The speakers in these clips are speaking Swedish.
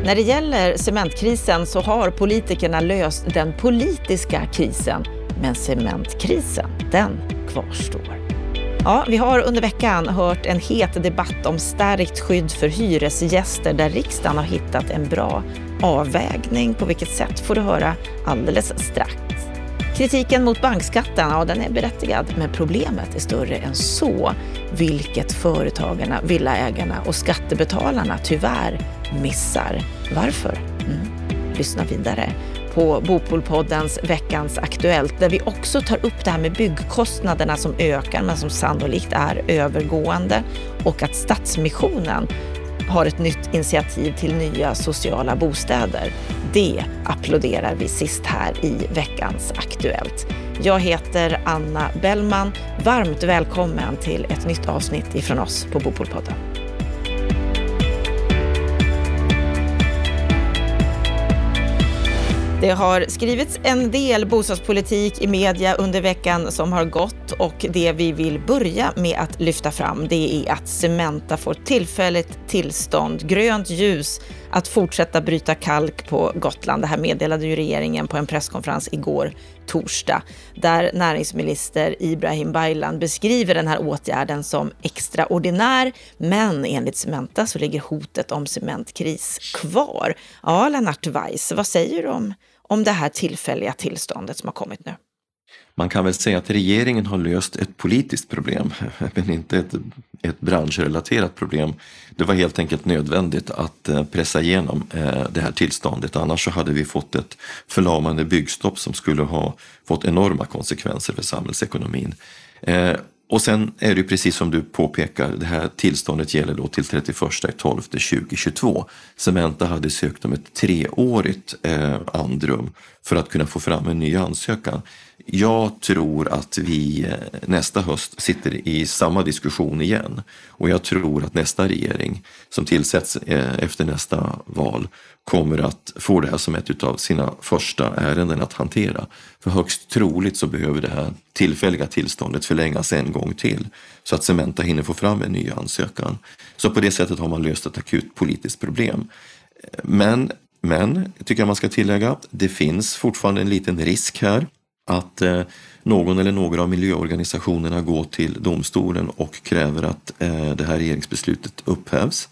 När det gäller cementkrisen så har politikerna löst den politiska krisen, men cementkrisen, den kvarstår. Ja, vi har under veckan hört en het debatt om stärkt skydd för hyresgäster där riksdagen har hittat en bra avvägning. På vilket sätt får du höra alldeles strax. Kritiken mot bankskatten, ja, den är berättigad, men problemet är större än så. Vilket företagarna, villaägarna och skattebetalarna tyvärr missar. Varför? Lyssna vidare på Bopolpoddens Veckans Aktuellt, där vi också tar upp det här med byggkostnaderna som ökar men som sannolikt är övergående, och att Stadsmissionen har ett nytt initiativ till nya sociala bostäder. Det applåderar vi sist här i Veckans Aktuellt. Jag heter Anna Bellman. Varmt välkommen till ett nytt avsnitt ifrån oss på Bopolpodden. Det har skrivits en del bostadspolitik i media under veckan som har gått, och det vi vill börja med att lyfta fram, det är att Cementa får tillfälligt tillstånd, grönt ljus, att fortsätta bryta kalk på Gotland. Det här meddelade ju regeringen på en presskonferens igår torsdag, där näringsminister Ibrahim Baylan beskriver den här åtgärden som extraordinär, men enligt Cementa så ligger hotet om cementkris kvar. Ja, Lennart Weiss, vad säger du om det här tillfälliga tillståndet som har kommit nu? Man kan väl säga att regeringen har löst ett politiskt problem, men inte ett branschrelaterat problem. Det var helt enkelt nödvändigt att pressa igenom det här tillståndet. Annars så hade vi fått ett förlamande byggstopp som skulle ha fått enorma konsekvenser för samhällsekonomin. Och sen är det ju precis som du påpekar, det här tillståndet gäller då till 31/12/2022. Cementa hade sökt om ett 3-årigt andrum för att kunna få fram en ny ansökan. Jag tror att vi nästa höst sitter i samma diskussion igen, och jag tror att nästa regering som tillsätts efter nästa val kommer att få det här som ett av sina första ärenden att hantera. För högst troligt så behöver det här tillfälliga tillståndet förlängas en gång till så att Cementa hinner få fram en ny ansökan. Så på det sättet har man löst ett akut politiskt problem. Men tycker jag man ska tillägga, det finns fortfarande en liten risk här att någon eller några av miljöorganisationerna går till domstolen och kräver att det här regeringsbeslutet upphävs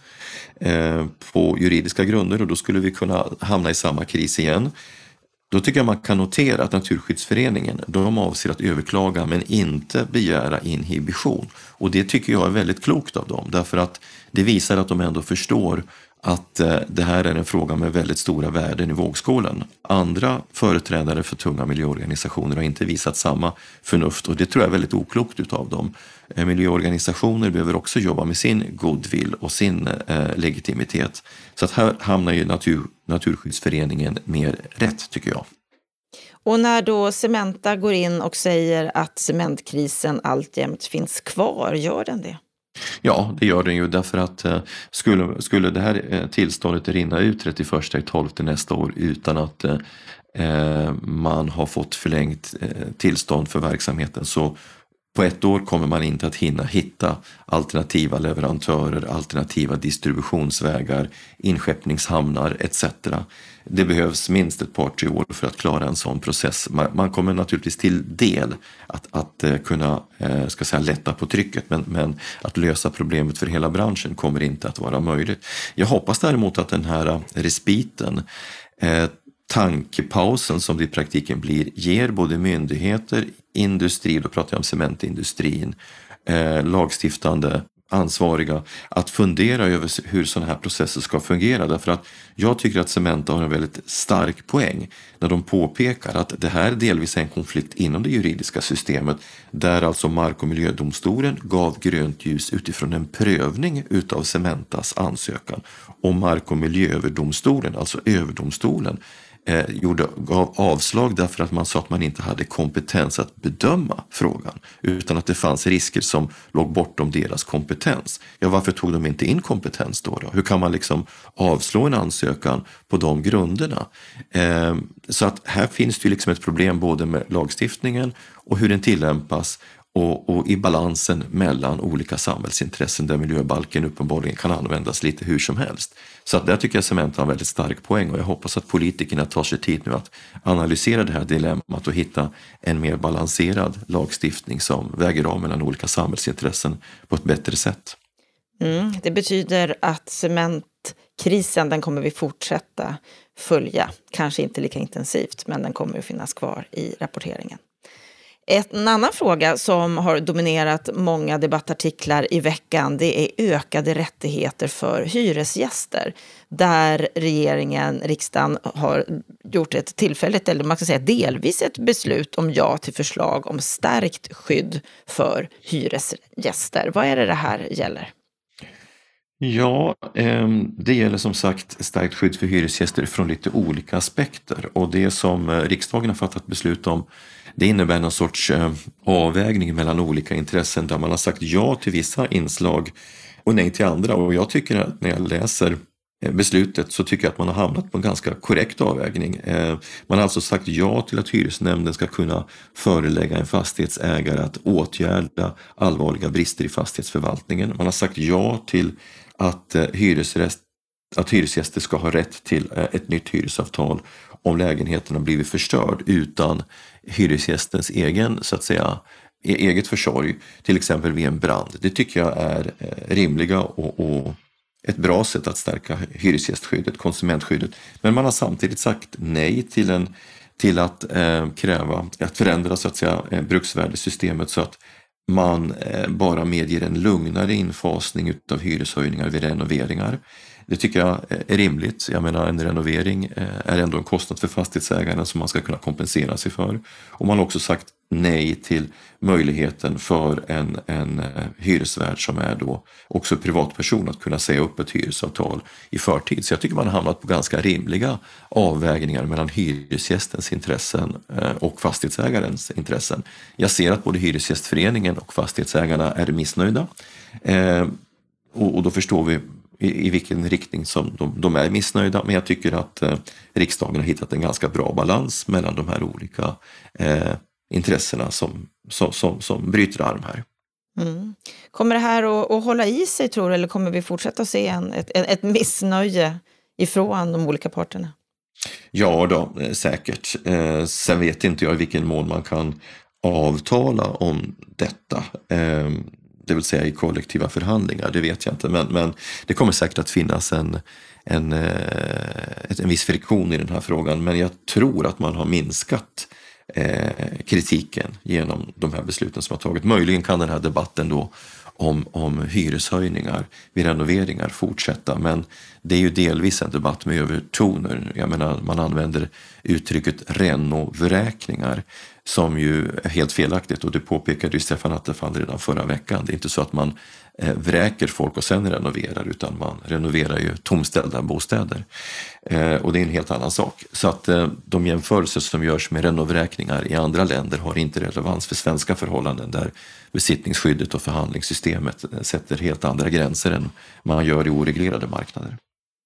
på juridiska grunder, och då skulle vi kunna hamna i samma kris igen. Då tycker jag man kan notera att Naturskyddsföreningen, de avser att överklaga men inte begära inhibition. Och det tycker jag är väldigt klokt av dem, därför att det visar att de ändå förstår att det här är en fråga med väldigt stora värden i vågskålen. Andra företrädare för tunga miljöorganisationer har inte visat samma förnuft, och det tror jag är väldigt oklokt utav dem. Miljöorganisationer behöver också jobba med sin goodwill och sin legitimitet. Så att här hamnar ju Naturskyddsföreningen mer rätt, tycker jag. Och när då Cementa går in och säger att cementkrisen alltjämt finns kvar, gör den det? Ja, det gör den ju, därför att skulle det här tillståndet rinna ut 31/12 nästa år utan att man har fått förlängt tillstånd för verksamheten, så på ett år kommer man inte att hinna hitta alternativa leverantörer, alternativa distributionsvägar, inskeppningshamnar etc. Det behövs minst ett par 3 år för att klara en sån process. Man kommer naturligtvis till del att kunna lätta på trycket, men att lösa problemet för hela branschen kommer inte att vara möjligt. Jag hoppas däremot att den här respiten, tankepausen som det i praktiken blir, ger både myndigheter, industri, då pratar jag om cementindustrin, lagstiftande ansvariga att fundera över hur sådana här processer ska fungera. Därför att jag tycker att Cementa har en väldigt stark poäng när de påpekar att det här delvis är en konflikt inom det juridiska systemet, där alltså Mark- och miljödomstolen gav grönt ljus utifrån en prövning utav Cementas ansökan, och Mark- och miljööverdomstolen, alltså överdomstolen, gav avslag därför att man sa att man inte hade kompetens att bedöma frågan, utan att det fanns risker som låg bortom deras kompetens. Ja, varför tog de inte in kompetens då? Hur kan man avslå en ansökan på de grunderna? Så att här finns det ju ett problem både med lagstiftningen och hur den tillämpas, och i balansen mellan olika samhällsintressen där miljöbalken uppenbarligen kan användas lite hur som helst. Så att där tycker jag Cement har en väldigt stark poäng, och jag hoppas att politikerna tar sig tid nu att analysera det här dilemmat och hitta en mer balanserad lagstiftning som väger av mellan olika samhällsintressen på ett bättre sätt. Det betyder att cementkrisen, den kommer vi fortsätta följa. Kanske inte lika intensivt, men den kommer att finnas kvar i rapporteringen. En annan fråga som har dominerat många debattartiklar i veckan, det är ökade rättigheter för hyresgäster. Där riksdagen har gjort ett tillfälligt, eller man ska säga delvis ett beslut om ja till förslag om stärkt skydd för hyresgäster. Vad är det här gäller? Ja, det gäller som sagt stärkt skydd för hyresgäster från lite olika aspekter, och det som riksdagen har fattat beslut om, det innebär någon sorts avvägning mellan olika intressen där man har sagt ja till vissa inslag och nej till andra, och jag tycker att när jag läser beslutet så tycker jag att man har hamnat på en ganska korrekt avvägning. Man har alltså sagt ja till att hyresnämnden ska kunna förelägga en fastighetsägare att åtgärda allvarliga brister i fastighetsförvaltningen. Man har sagt ja till att hyresgäster ska ha rätt till ett nytt hyresavtal om lägenheten har blivit förstörd utan hyresgästens eget försorg, till exempel vid en brand. Det tycker jag är rimliga och ett bra sätt att stärka hyresgästskyddet, konsumentskyddet. Men man har samtidigt sagt nej till att kräva att förändra bruksvärdesystemet så att man bara medger en lugnare infasning av hyreshöjningar vid renoveringar. Det tycker jag är rimligt. Jag menar, en renovering är ändå en kostnad för fastighetsägaren som man ska kunna kompensera sig för. Och man har också sagt nej till möjligheten för en hyresvärd som är då också privatperson att kunna säga upp ett hyresavtal i förtid. Så jag tycker man har hamnat på ganska rimliga avvägningar mellan hyresgästens intressen och fastighetsägarens intressen. Jag ser att både Hyresgästföreningen och fastighetsägarna är missnöjda. Och då förstår vi i vilken riktning som de är missnöjda, men jag tycker att riksdagen har hittat en ganska bra balans mellan de här olika intressena som bryter arm här. Kommer det här att hålla i sig, tror du, eller kommer vi fortsätta att se ett missnöje ifrån de olika parterna? Ja då, säkert. Sen vet inte jag i vilken mån man kan avtala om detta. Det vill säga i kollektiva förhandlingar, det vet jag inte. Men det kommer säkert att finnas en viss friktion i den här frågan. Men jag tror att man har minskat kritiken genom de här besluten som har tagit. Möjligen kan den här debatten då om hyreshöjningar vid renoveringar fortsätta, men det är ju delvis en debatt med övertoner. Jag menar, man använder uttrycket renovräkningar som ju är helt felaktigt, och det påpekade ju Stefan Attefall redan förra veckan. Det är inte så att man vräker folk och sen renoverar, utan man renoverar ju tomställda bostäder. Och det är en helt annan sak. Så att de jämförelser som görs med renovräkningar i andra länder har inte relevans för svenska förhållanden, där besittningsskyddet och förhandlingssystemet sätter helt andra gränser än man gör i oreglerade marknader.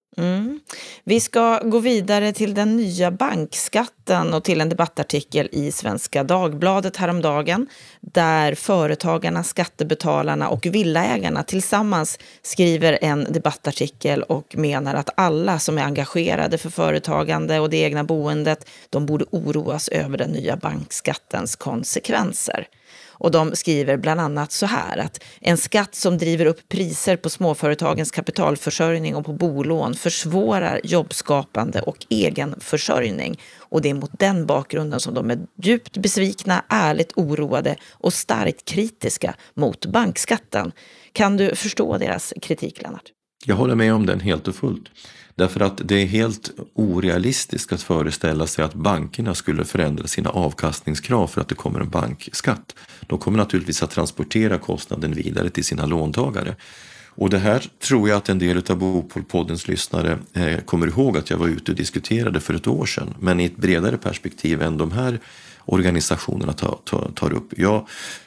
Vi ska gå vidare till den nya bankskatten och till en debattartikel i Svenska Dagbladet häromdagen, där företagarna, skattebetalarna och villaägarna tillsammans skriver en debattartikel och menar att alla som är engagerade för företagande och det egna boendet, de borde oroas över den nya bankskattens konsekvenser. Och de skriver bland annat så här, att en skatt som driver upp priser på småföretagens kapitalförsörjning och på bolån försvårar jobbskapande och egenförsörjning. Och det är mot den bakgrunden som de är djupt besvikna, ärligt oroade och starkt kritiska mot bankskatten. Kan du förstå deras kritik, Lennart? Jag håller med om den helt och fullt. Därför att det är helt orealistiskt att föreställa sig att bankerna skulle förändra sina avkastningskrav för att det kommer en bankskatt. De kommer naturligtvis att transportera kostnaden vidare till sina låntagare. Och det här tror jag att en del av Bopolpoddens lyssnare kommer ihåg att jag var ute och diskuterade för ett år sedan. Men i ett bredare perspektiv än de här organisationerna tar upp. Jag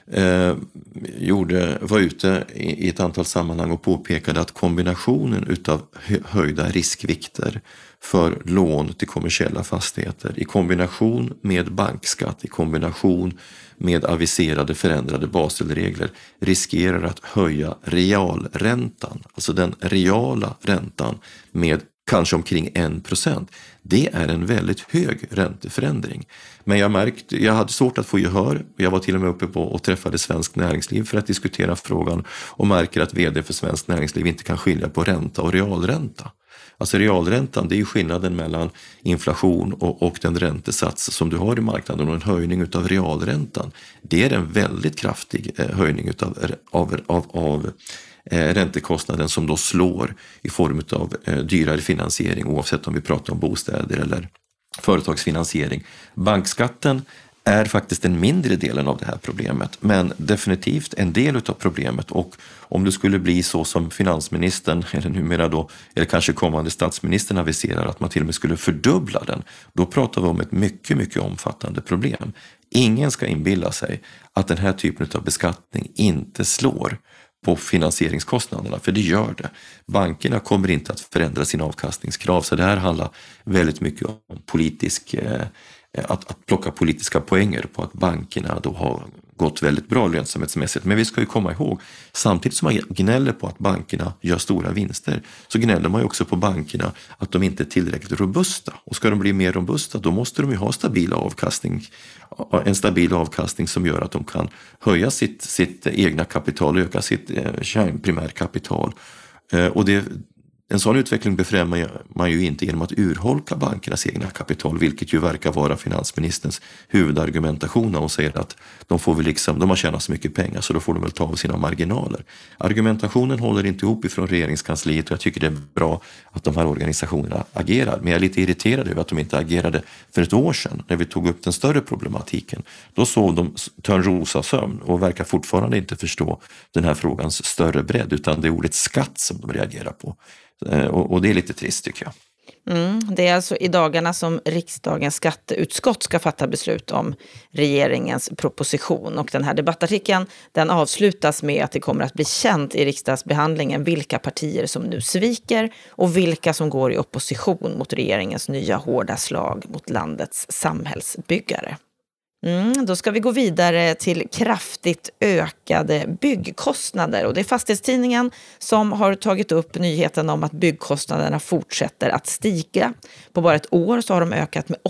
var ute i ett antal sammanhang och påpekade att kombinationen utav höjda riskvikter för lån till kommersiella fastigheter i kombination med bankskatt, i kombination med aviserade förändrade Baselregler riskerar att höja realräntan, alltså den reala räntan med kanske omkring 1%. Det är en väldigt hög ränteförändring. Men jag hade svårt att få gehör. Jag var till och med uppe på och träffade Svenskt Näringsliv för att diskutera frågan och märker att vd för Svenskt Näringsliv inte kan skilja på ränta och realränta. Alltså realräntan, det är ju skillnaden mellan inflation och den räntesats som du har i marknaden, och en höjning utav realräntan. Det är en väldigt kraftig höjning av räntekostnaden som då slår i form av dyrare finansiering, oavsett om vi pratar om bostäder eller företagsfinansiering. Bankskatten är faktiskt den mindre delen av det här problemet, men definitivt en del av problemet. Och om det skulle bli så som finansministern, eller numera då, eller kanske kommande statsministern aviserar, att man till och med skulle fördubbla den, då pratar vi om ett mycket, mycket omfattande problem. Ingen ska inbilla sig att den här typen av beskattning inte slår på finansieringskostnaderna, för det gör det. Bankerna kommer inte att förändra sina avkastningskrav, så det här handlar väldigt mycket om att plocka politiska poänger på att bankerna då har gått väldigt bra lönsamhetsmässigt. Men vi ska ju komma ihåg, samtidigt som man gnäller på att bankerna gör stora vinster, så gnäller man ju också på bankerna att de inte är tillräckligt robusta. Och ska de bli mer robusta, då måste de ju ha en stabil avkastning som gör att de kan höja sitt egna kapital, öka sitt kärnprimärkapital. Och en sån utveckling befrämjar man ju inte genom att urholka bankernas egna kapital, vilket ju verkar vara finansministerns huvudargumentation när hon säger att de har tjänat så mycket pengar så då får de väl ta av sina marginaler. Argumentationen håller inte ihop ifrån regeringskansliet, och jag tycker det är bra att de här organisationerna agerar. Men jag är lite irriterad över att de inte agerade för ett år sedan när vi tog upp den större problematiken. Då sov de törnrosasömn och verkar fortfarande inte förstå den här frågans större bredd, utan det är ordet skatt som de reagerar på. Och det är lite trist, tycker jag. Det är alltså i dagarna som riksdagens skatteutskott ska fatta beslut om regeringens proposition, och den här debattartikeln, den avslutas med att det kommer att bli känt i riksdagsbehandlingen vilka partier som nu sviker och vilka som går i opposition mot regeringens nya hårda slag mot landets samhällsbyggare. Då ska vi gå vidare till kraftigt ökade byggkostnader, och det är Fastighetstidningen som har tagit upp nyheten om att byggkostnaderna fortsätter att stiga. På bara ett år så har de ökat med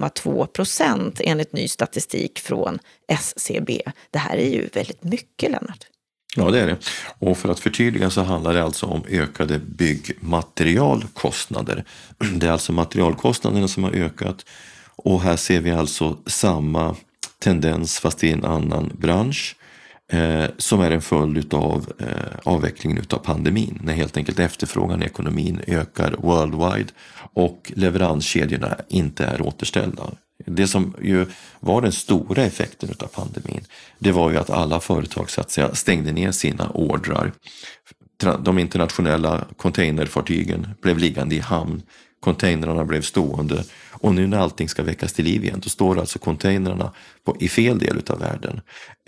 8,2% enligt ny statistik från SCB. Det här är ju väldigt mycket, Lennart. Ja, det är det. Och för att förtydliga så handlar det alltså om ökade byggmaterialkostnader. Det är alltså materialkostnaderna som har ökat. Och här ser vi alltså samma tendens fast i en annan bransch som är en följd av avvecklingen av pandemin. När helt enkelt efterfrågan i ekonomin ökar worldwide och leveranskedjorna inte är återställda. Det som ju var den stora effekten av pandemin, det var ju att alla företag så att säga stängde ner sina ordrar. De internationella containerfartygen blev liggande i hamn. Containrarna blev stående, och nu när allting ska väckas till liv igen, då står alltså containrarna i fel del av världen.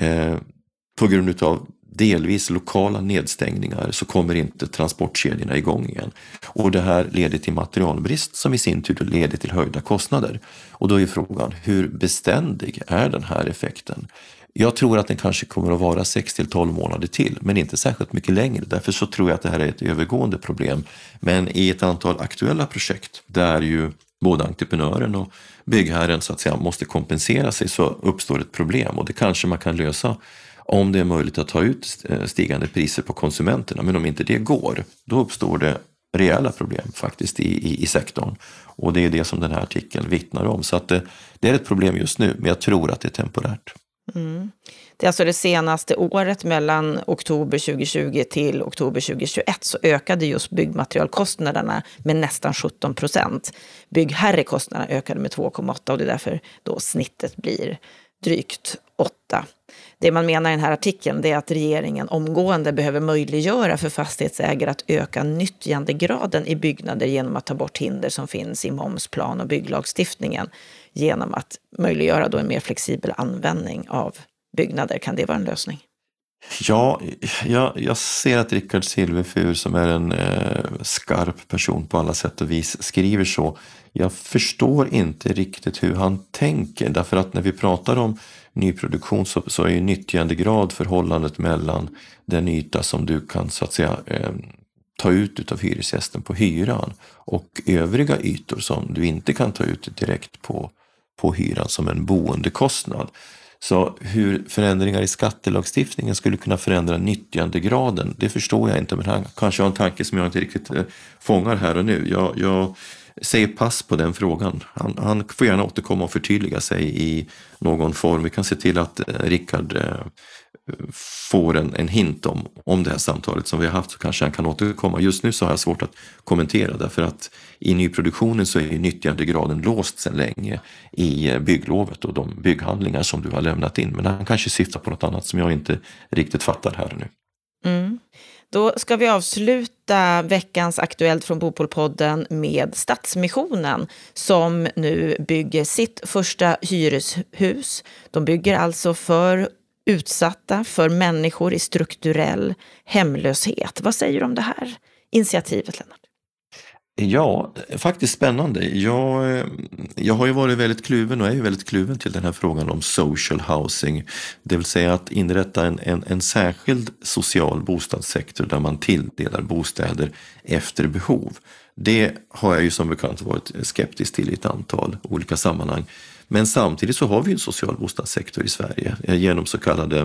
På grund av delvis lokala nedstängningar så kommer inte transportkedjorna igång igen. Och det här leder till materialbrist som i sin tur leder till höjda kostnader. Och då är frågan, hur beständig är den här effekten? Jag tror att den kanske kommer att vara 6-12 månader till, men inte särskilt mycket längre. Därför så tror jag att det här är ett övergående problem. Men i ett antal aktuella projekt där ju både entreprenören och byggherren så att säga måste kompensera sig, så uppstår ett problem. Och det kanske man kan lösa om det är möjligt att ta ut stigande priser på konsumenterna. Men om inte det går, då uppstår det rejäla problem faktiskt i sektorn. Och det är det som den här artikeln vittnar om. Så att det är ett problem just nu, men jag tror att det är temporärt. Det är alltså det senaste året, mellan oktober 2020 till oktober 2021, så ökade just byggmaterialkostnaderna med nästan 17%. Byggherrekostnaderna ökade med 2,8%, och det är därför då snittet blir drygt 8. Det man menar i den här artikeln är att regeringen omgående behöver möjliggöra för fastighetsägare att öka nyttjandegraden i byggnader genom att ta bort hinder som finns i momsplan- och bygglagstiftningen genom att möjliggöra då en mer flexibel användning av byggnader. Kan det vara en lösning? Ja, jag ser att Rickard Silverfur, som är en skarp person på alla sätt och vis, skriver så. Jag förstår inte riktigt hur han tänker, därför att när vi pratar om nyproduktion så är ju nyttjandegrad förhållandet mellan den yta som du kan så att säga ta ut utav hyresgästen på hyran och övriga ytor som du inte kan ta ut direkt på hyran som en boendekostnad. Så hur förändringar i skattelagstiftningen skulle kunna förändra nyttjandegraden, det förstår jag inte, men han kanske har en tanke som jag inte riktigt fångar här och nu. Jag säger pass på den frågan. Han får gärna återkomma och förtydliga sig i någon form. Vi kan se till att Rickard får en hint om det här samtalet som vi har haft, så kanske han kan återkomma. Just nu så har jag svårt att kommentera, därför att i nyproduktionen så är nyttjandegraden låst sedan länge i bygglovet och de bygghandlingar som du har lämnat in. Men han kanske syftar på något annat som jag inte riktigt fattar här nu. Då ska vi avsluta veckans Aktuellt från Bopolpodden med Stadsmissionen som nu bygger sitt första hyreshus. De bygger alltså för utsatta, för människor i strukturell hemlöshet. Vad säger du om det här initiativet, Lennart? Ja, faktiskt spännande. Jag har ju varit väldigt kluven och är ju väldigt kluven till den här frågan om social housing. Det vill säga att inrätta en särskild social bostadssektor där man tilldelar bostäder efter behov. Det har jag ju som bekant varit skeptisk till i ett antal olika sammanhang. Men samtidigt så har vi en social bostadssektor i Sverige genom så kallade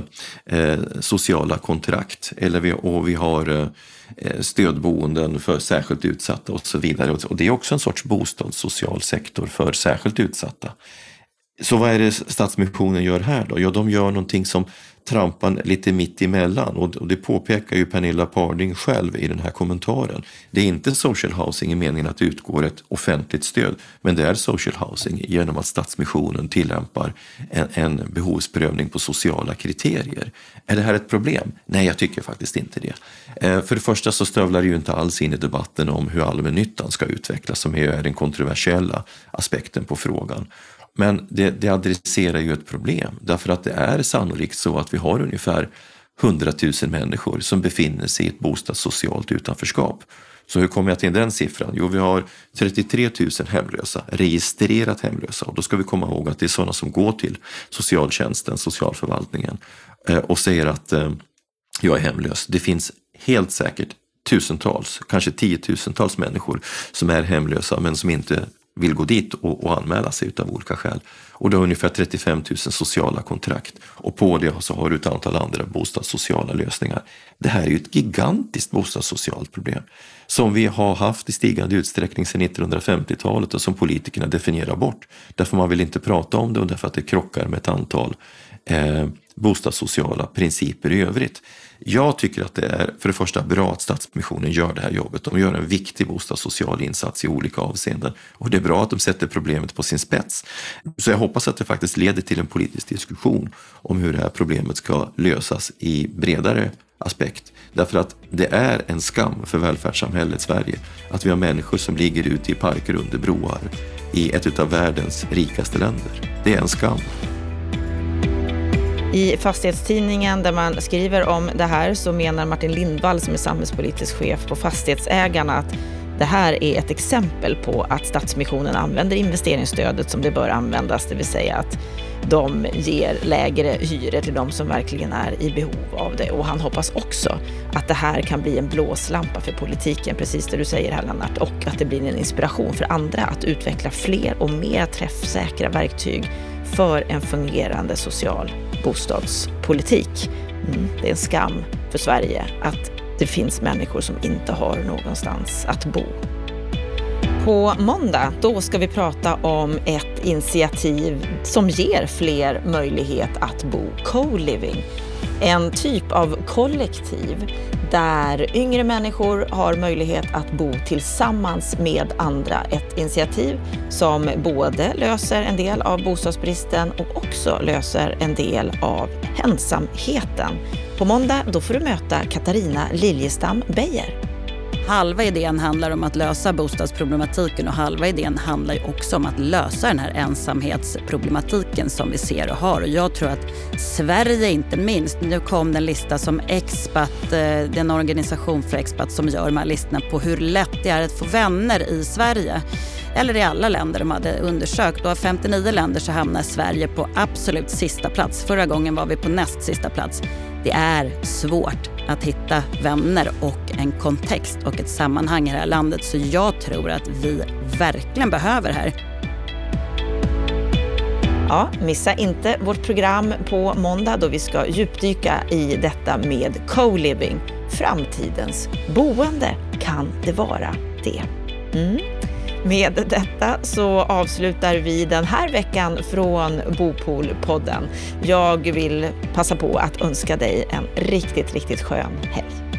sociala kontrakt. Och vi har stödboenden för särskilt utsatta och så vidare. Och det är också en sorts bostadssocial sektor för särskilt utsatta. Så vad är det Stadsmissionen gör här då? Ja, de gör någonting som trampar lite mitt emellan, och det påpekar ju Pernilla Parding själv i den här kommentaren. Det är inte social housing i meningen att det utgår ett offentligt stöd, men det är social housing genom att Stadsmissionen tillämpar en behovsprövning på sociala kriterier. Är det här ett problem? Nej, jag tycker faktiskt inte det. För det första så stövlar det ju inte alls in i debatten om hur allmännyttan ska utvecklas, som är den kontroversiella aspekten på frågan. Men det adresserar ju ett problem, därför att det är sannolikt så att vi har ungefär 100 000 människor som befinner sig i ett bostadssocialt utanförskap. Så hur kommer jag till den siffran? Jo, vi har 33 000 hemlösa, registrerat hemlösa, och då ska vi komma ihåg att det är sådana som går till socialtjänsten, socialförvaltningen och säger att jag är hemlös. Det finns helt säkert tusentals, kanske 10 000-tals människor som är hemlösa men som inte vill gå dit och anmäla sig utav olika skäl. Och det har ungefär 35 000 sociala kontrakt. Och på det så har du ett antal andra bostadssociala lösningar. Det här är ju ett gigantiskt bostadssocialt problem som vi har haft i stigande utsträckning sedan 1950-talet och som politikerna definierar bort. Därför man vill inte prata om det och därför att det krockar med ett antal bostadssociala principer i övrigt. Jag tycker att det är för det första bra att Stadsmissionen gör det här jobbet. De gör en viktig bostadssocial insats i olika avseenden. Och det är bra att de sätter problemet på sin spets. Så jag hoppas att det faktiskt leder till en politisk diskussion om hur det här problemet ska lösas i bredare aspekt. Därför att det är en skam för välfärdssamhället Sverige att vi har människor som ligger ute i parker under broar i ett av världens rikaste länder. Det är en skam. I Fastighetstidningen där man skriver om det här så menar Martin Lindvall, som är samhällspolitisk chef på Fastighetsägarna, att det här är ett exempel på att Stadsmissionen använder investeringsstödet som det bör användas, det vill säga att de ger lägre hyror till de som verkligen är i behov av det. Och han hoppas också att det här kan bli en blåslampa för politiken, precis det du säger här, Lennart, och att det blir en inspiration för andra att utveckla fler och mer träffsäkra verktyg för en fungerande social bostadspolitik. Det är en skam för Sverige att det finns människor som inte har någonstans att bo. På måndag då ska vi prata om ett initiativ som ger fler möjlighet att bo, co-living. En typ av kollektiv där yngre människor har möjlighet att bo tillsammans med andra. Ett initiativ som både löser en del av bostadsbristen och också löser en del av ensamheten. På måndag då får du möta Katarina Liljestam Beijer. Halva idén handlar om att lösa bostadsproblematiken och halva idén handlar ju också om att lösa den här ensamhetsproblematiken som vi ser och har. Och jag tror att Sverige inte minst, nu kom den lista som Expat, den organisation för Expat som gör de här listorna på hur lätt det är att få vänner i Sverige. Eller i alla länder de hade undersökt. Och av 59 länder så hamnar Sverige på absolut sista plats. Förra gången var vi på näst sista plats. Det är svårt att hitta vänner och en kontext och ett sammanhang i det här landet. Så jag tror att vi verkligen behöver det här. Ja, missa inte vårt program på måndag då vi ska djupdyka i detta med co-living. Framtidens boende, kan det vara det? Med detta så avslutar vi den här veckan från Bopolpodden. Jag vill passa på att önska dig en riktigt skön helg.